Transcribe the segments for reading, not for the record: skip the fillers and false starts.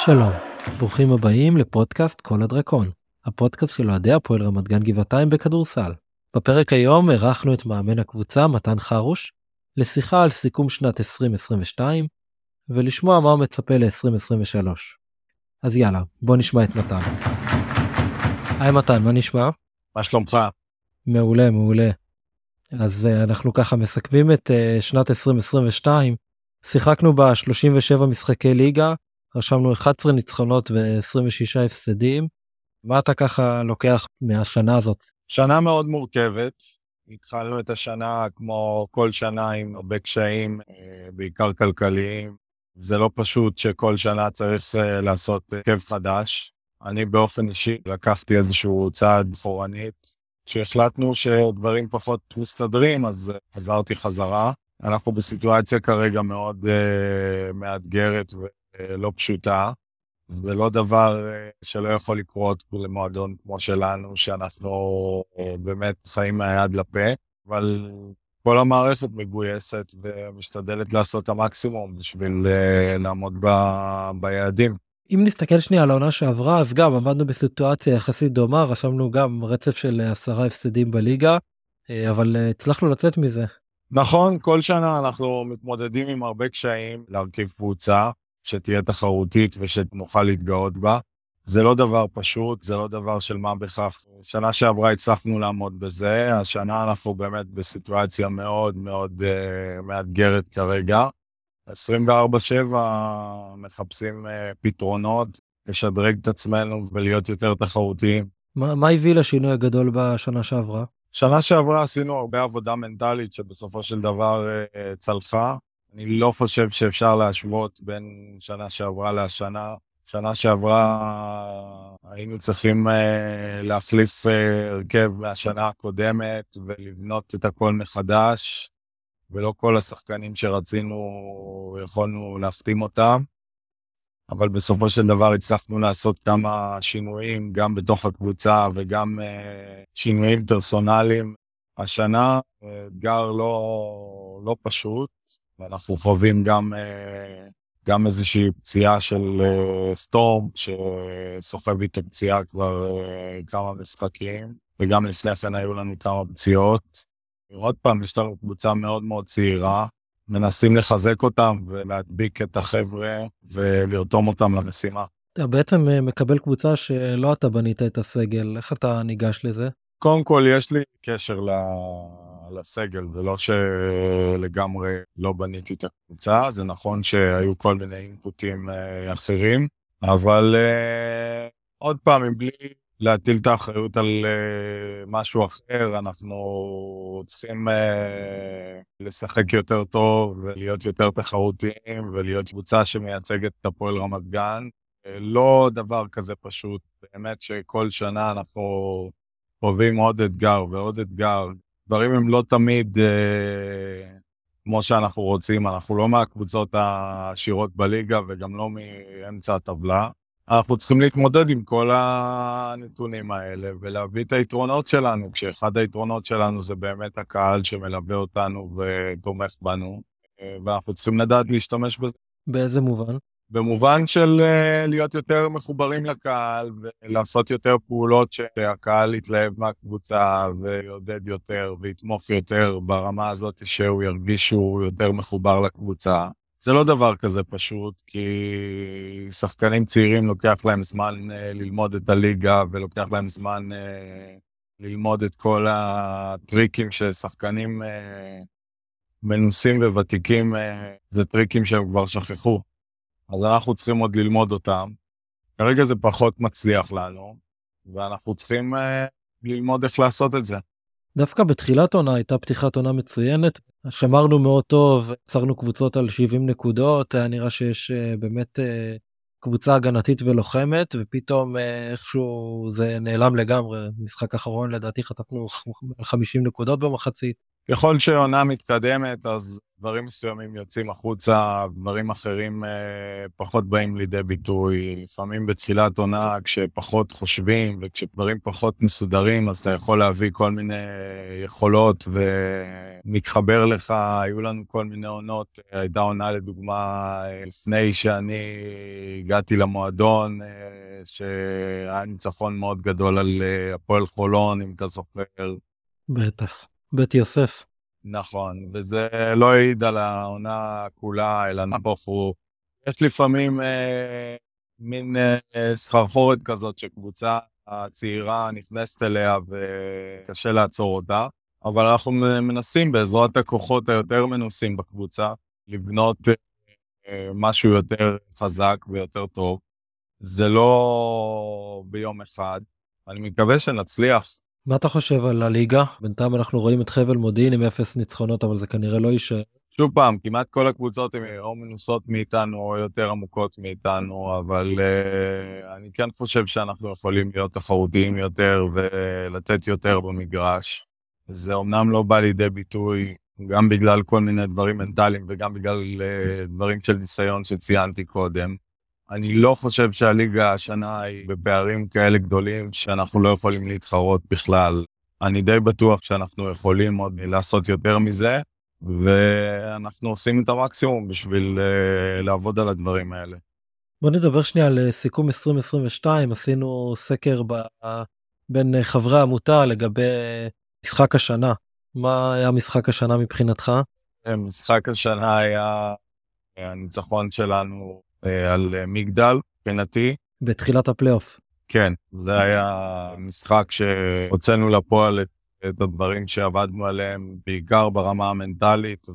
שלום, ברוכים הבאים לפודקאסט קול הדרקון, הפודקאסט של אוהדי הפועל רמת גן גבעתיים בכדורסל. בפרק היום אירחנו את מאמן הקבוצה מתן חרוש לשיחה על סיכום שנת 2022 ולשמוע מה הוא מצפה ל-2023. אז יאללה, בוא נשמע את מתן. היי מתן, מה נשמע? מה שלומך? מעולה, מעולה. אז אנחנו ככה מסכמים את שנת 2022, שיחקנו ב-37 משחקי ליגה, רשמנו 11 ניצחונות ו-26 הפסדים. מה אתה ככה לוקח מהשנה הזאת? שנה מאוד מורכבת. התחלנו את השנה כמו כל שנה עם הרבה קשיים, בעיקר כלכליים. זה לא פשוט שכל שנה צריך לעשות הרכב חדש. אני באופן אישי לקחתי איזשהו צעד אחורנית. כשהחלטנו שדברים פחות מסתדרים, אז חזרתי חזרה. אנחנו בסיטואציה כרגע מאוד מאתגרת ולא פשוטה. זה לא דבר שלא יכול לקרות למועדון כמו שלנו, שאנחנו באמת חיים מהיד לפה, אבל כל המערכת מגויסת ומשתדלת לעשות את המקסימום בשביל לעמוד ביעדים. אם נסתכל שנייה על העונה שעברה, אז גם עמדנו בסיטואציה יחסית דומה, רשמנו גם רצף של 10 הפסדים בליגה, אבל הצלחנו לצאת מזה. נכון, כל שנה אנחנו מתמודדים עם הרבה קשיים להרכיב קבוצה, שתהיה תחרותית ושנוכל להתגאות בה. זה לא דבר פשוט, זה לא דבר של מה בכך. שנה שעברה הצלחנו לעמוד בזה, השנה אנחנו באמת בסיטואציה מאוד מאוד מאתגרת כרגע. 24/7 מחפשים פתרונות, לשדרג את עצמנו ולהיות יותר תחרותיים. מה הביא לשינוי הגדול בשנה שעברה? שנה שעברה עשינו הרבה עבודה מנטלית שבסופו של דבר צלחה. אני לא חושב שאפשר להשוות בין שנה שעברה לשנה. שנה שעברה היינו צריכים להחליף הרכב מהשנה הקודמת ולבנות את הכל מחדש, ולא כל השחקנים שרצינו יכולנו להחתים אותם. אבל בסופו של דבר הצלחנו לעשות כמה שינויים, גם בתוך הקבוצה וגם שינויים פרסונליים. השנה אתגר לא פשוט, ואנחנו חווים גם איזושהי פציעה של סטורם, שסוחב איתו פציעה כבר כמה משחקים, וגם לפני כן היו לנו כמה פציעות. עוד פעם, יש לנו קבוצה מאוד מאוד צעירה, מנסים לחזק אותם ולהדביק את החבר'ה ולרתום אותם למשימה. אתה בעצם מקבל קבוצה שלא אתה בנית את הסגל, איך אתה ניגש לזה? קודם כל יש לי קשר לסגל, זה לא שלגמרי לא בניתי את הקבוצה, זה נכון שהיו כל מיני אינפוטים אחרים, אבל עוד פעם, בלי להטיל את האחריות על משהו אחר, אנחנו צריכים לשחק יותר טוב ולהיות יותר תחרותיים ולהיות קבוצה שמייצגת את הפועל רמת גן. לא דבר כזה פשוט, באמת שכל שנה אנחנו חווים עוד אתגר ועוד אתגר. דברים הם לא תמיד כמו שאנחנו רוצים, אנחנו לא מהקבוצות העשירות בליגה וגם לא מאמצע הטבלה. אנחנו צריכים להתמודד עם כל הנתונים האלה ולהביא את היתרונות שלנו, כשאחד היתרונות שלנו זה באמת הקהל שמלווה אותנו ותומך בנו, ואנחנו צריכים לדעת להשתמש בזה. באיזה מובן? במובן של להיות יותר מחוברים לקהל ולעשות יותר פעולות שהקהל יתלהב מהקבוצה ויעודד יותר ויתמוך יותר ברמה הזאת שהוא ירגיש שהוא יותר מחובר לקבוצה. זה לא דבר כזה פשוט, כי שחקנים צעירים לוקח להם זמן ללמוד את הליגה ולוקח להם זמן ללמוד את כל הטריקים ששחקנים מנוסים וותיקים, זה טריקים שהם כבר שכחו. אז אנחנו צריכים עוד ללמוד אותם. כרגע זה פחות מצליח לנו, ואנחנו צריכים ללמוד איך לעשות את זה. דווקא בתחילת עונה הייתה פתיחת עונה מצוינת, שמרנו מאוד טוב, עצרנו קבוצות על 70 נקודות, היה נראה שיש באמת קבוצה הגנתית ולוחמת, ופתאום איכשהו זה נעלם לגמרי. משחק אחרון לדעתי חטפנו 50 נקודות במחצית. ככל שעונה מתקדמת, אז דברים מסוימים יוצאים החוצה, דברים אחרים פחות באים לידי ביטוי. לפעמים בתחילת עונה, כשפחות חושבים וכשדברים פחות מסודרים, אז אתה יכול להביא כל מיני יכולות ומתחבר לך. היו לנו כל מיני עונות. הייתה עונה לדוגמה לפני שאני הגעתי למועדון, שהיה ניצחון מאוד גדול על הפועל חולון, אם אתה זוכר. בטח. בית יוסף. נכון, וזה לא העיד על העונה כולה, אלא נבוך הוא. יש לפעמים מין סחרחורת כזאת שקבוצה הצעירה נכנסת אליה וקשה לעצור אותה, אבל אנחנו מנסים בעזרת הכוחות היותר מנוסים בקבוצה לבנות משהו יותר חזק ויותר טוב. זה לא ביום אחד, אני מקווה שנצליח. מה אתה חושב על הליגה? בינתיים אנחנו רואים את חבל מודיעין עם 0 ניצחונות, אבל זה כנראה לא יישאר. שוב פעם, כמעט כל הקבוצות הן או מנוסות מאיתנו או יותר עמוקות מאיתנו, אבל אני כן חושב שאנחנו יכולים להיות תחרותיים יותר ולתת יותר במגרש. זה אומנם לא בא לידי ביטוי, גם בגלל כל מיני דברים מנטליים וגם בגלל דברים של ניסיון שציינתי קודם. אני לא חושב שהליגה השנה היא בפערים כאלה גדולים שאנחנו לא יכולים להתחרות בכלל. אני די בטוח שאנחנו יכולים עוד לעשות יותר מזה, ואנחנו עושים את המקסימום בשביל לעבוד על הדברים האלה. בוא נדבר שנייה על סיכום 2022. עשינו סקר בין חברי העמותה לגבי משחק השנה. מה היה משחק השנה מבחינתך? משחק השנה היה הניצחון שלנו על מגדל, מבחינתי. בתחילת הפלייאוף. כן, זה היה משחק שהוצאנו לפועל את הדברים שעבדנו עליהם, בעיקר ברמה המנטלית,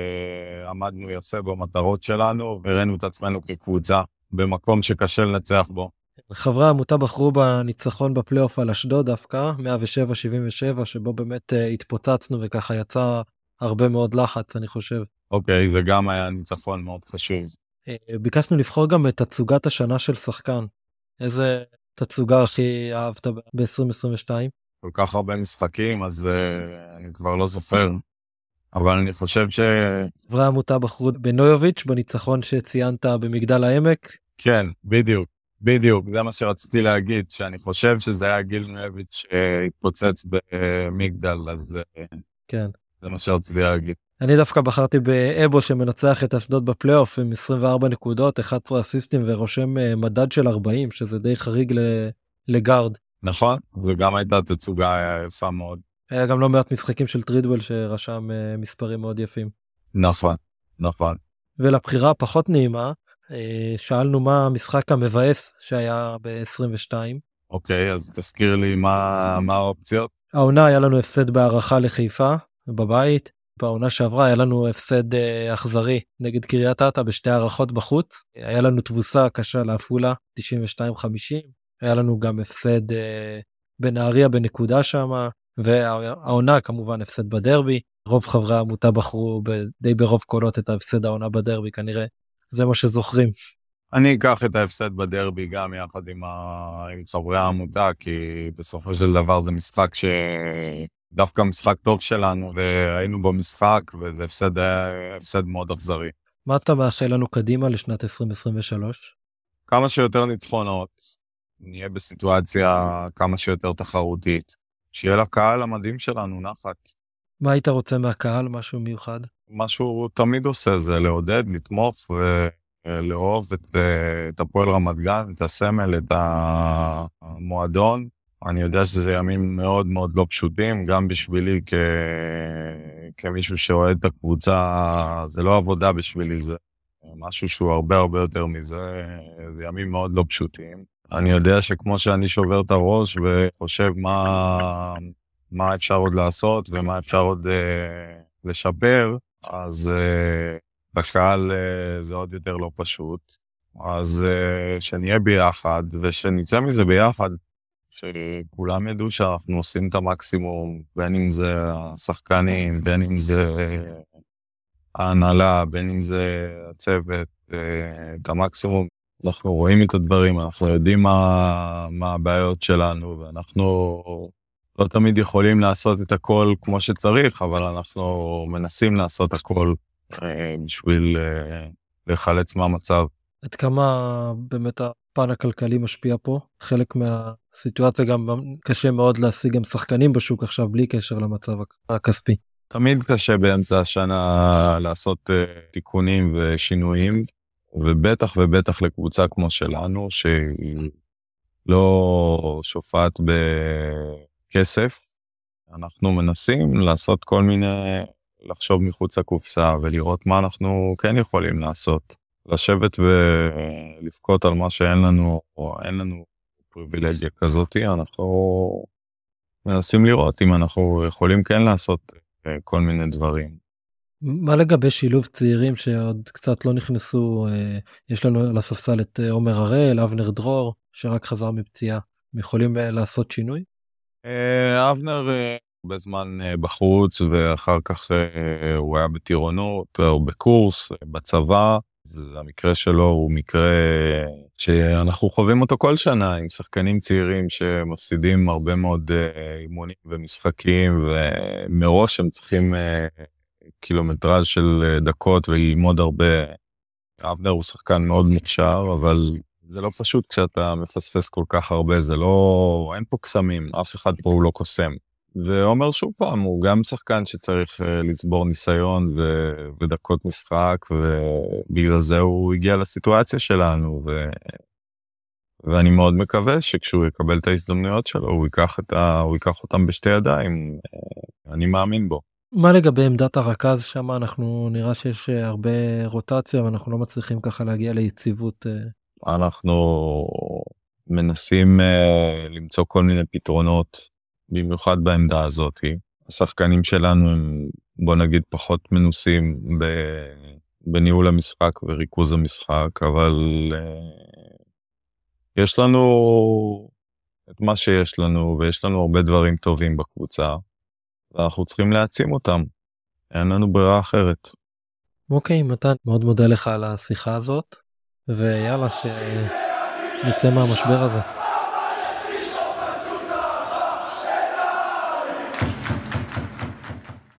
ועמדנו יפה במטרות שלנו, והראינו את עצמנו כקבוצה במקום שקשה לנצח בו. חברי העמותה בחרו בניצחון בפלייאוף על אשדוד דווקא, 107-77, שבו באמת התפוצצנו וככה יצא הרבה מאוד לחץ, אני חושב. אוקיי, זה גם היה ניצחון מאוד חשוב. ביקשנו לבחור גם את תצוגת השנה של שחקן. איזה תצוגה הכי אהבת ב-2022? כל כך הרבה משחקים, אז אני כבר לא זוכר. אבל אני חושב חברי העמותה בחרו בנויוביץ' בניצחון שציינת במגדל העמק. כן, בדיוק, זה מה שרציתי להגיד, שאני חושב שזה היה גיל נויוביץ' שהתפוצץ במגדל, אז כן. זה מה שרציתי להגיד. אני דווקא בחרתי באבו שמנצח את אשדוד בפלייאוף עם 24 נקודות, 11 אסיסטים ורושם מדד של 40, שזה די חריג לגארד. נכון, זו גם הייתה תצוגה יפה מאוד. היה גם לא מעט משחקים של טרידוול שרשם מספרים מאוד יפים. נכון. ולבחירה פחות נעימה, שאלנו מה המשחק המבאס שהיה ב-22. אוקיי, אז תזכיר לי מה האופציות. העונה היה לנו הפסד בהערכה לחיפה בבית, בעונה שעברה היה לנו הפסד אכזרי נגד קריית אתא בשתי הערכות בחוץ, היה לנו תבוסה קשה לעפולה 92-50, היה לנו גם הפסד בנהריה בנקודה שם, והעונה כמובן הפסד בדרבי. רוב חברי העמותה בחרו די ברוב קולות את ההפסד העונה בדרבי, כנראה זה מה שזוכרים. אני אקח את ההפסד בדרבי גם יחד עם חברי העמותה, כי בסופו של דבר זה משחק דווקא משחק טוב שלנו, והיינו במשחק, וזה הפסד מאוד אכזרי. מה אתה מאחל לנו קדימה לשנת 2023? כמה שיותר ניצחונות, נהיה בסיטואציה כמה שיותר תחרותית, שיהיה לקהל המדהים שלנו נחת. מה היית רוצה מהקהל, משהו מיוחד? מה שהוא תמיד עושה זה לעודד, לתמוך ולאהוב את הפועל רמת גן, את הסמל, את המועדון. אני יודע שזה ימים מאוד מאוד לא פשוטים, גם בשבילי כמישהו שאוהד את הקבוצה, זה לא עבודה בשבילי, זה משהו שהוא הרבה הרבה יותר מזה, זה ימים מאוד לא פשוטים. אני יודע שכמו שאני שובר את הראש וחושב מה אפשר עוד לעשות ומה אפשר עוד לשפר, אז בקהל זה עוד יותר לא פשוט. אז שנהיה ביחד ושנצא מזה ביחד, שכולם ידעו שאנחנו עושים את המקסימום, בין אם זה השחקנים, בין אם זה ההנהלה, בין אם זה הצוות, את המקסימום. אנחנו רואים את הדברים, אנחנו יודעים מה הבעיות שלנו, ואנחנו לא תמיד יכולים לעשות את הכל כמו שצריך, אבל אנחנו מנסים לעשות הכל בשביל לחלץ מהמצב. עד כמה באמת הפן הכלכלי משפיע פה? חלק מהסיטואציה גם קשה מאוד להשיג גם שחקנים בשוק עכשיו בלי קשר למצב הכספי. תמיד קשה באמצע השנה לעשות תיקונים ושינויים, ובטח ובטח לקבוצה כמו שלנו, שהיא לא שופעת בכסף. אנחנו מנסים לעשות כל מיני, לחשוב מחוץ לקופסה ולראות מה אנחנו כן יכולים לעשות. לשבת ולבכות על מה שאין לנו, או אין לנו פריבילגיה כזאת, אנחנו מנסים לראות אם אנחנו יכולים כן לעשות כל מיני דברים. מה לגבי שילוב צעירים שעוד קצת לא נכנסו? יש לנו על הספסל את עומר הראל, אבנר דרור, שרק חזר מפציעה. הם יכולים לעשות שינוי? אבנר בזמן בחוץ, ואחר כך הוא היה בטירונות, או בקורס, בצבא. אז המקרה שלו הוא מקרה שאנחנו חווים אותו כל שנה, עם שחקנים צעירים שמפסידים הרבה מאוד אימונים ומשחקים, ומראש הם צריכים קילומטראז' של דקות וללמוד הרבה. אבנר הוא שחקן מאוד מוכשר, אבל זה לא פשוט כשאתה מפספס כל כך הרבה, זה לא, אין פה קסמים, אף אחד פה הוא לא קוסם. ועומר שוב פעם, הוא גם שחקן שצריך לצבור ניסיון ודקות משחק, ובגלל זה הוא הגיע לסיטואציה שלנו, ואני מאוד מקווה שכשהוא יקבל את ההזדמנויות שלו, הוא ייקח אותם בשתי ידיים, אני מאמין בו. מה לגבי עמדת הרכז שם? אנחנו נראה שיש הרבה רוטציה, ואנחנו לא מצליחים ככה להגיע ליציבות. אנחנו מנסים למצוא כל מיני פתרונות, במיוחד בעמדה הזאת. השחקנים שלנו הם, בוא נגיד, פחות מנוסים בניהול המשחק וריכוז המשחק, אבל יש לנו את מה שיש לנו, ויש לנו הרבה דברים טובים בקבוצה, ואנחנו צריכים להעצים אותם. אין לנו ברירה אחרת. אוקיי, מתן, מאוד מודה לך על השיחה הזאת, ויאללה, שנצא מהמשבר הזה.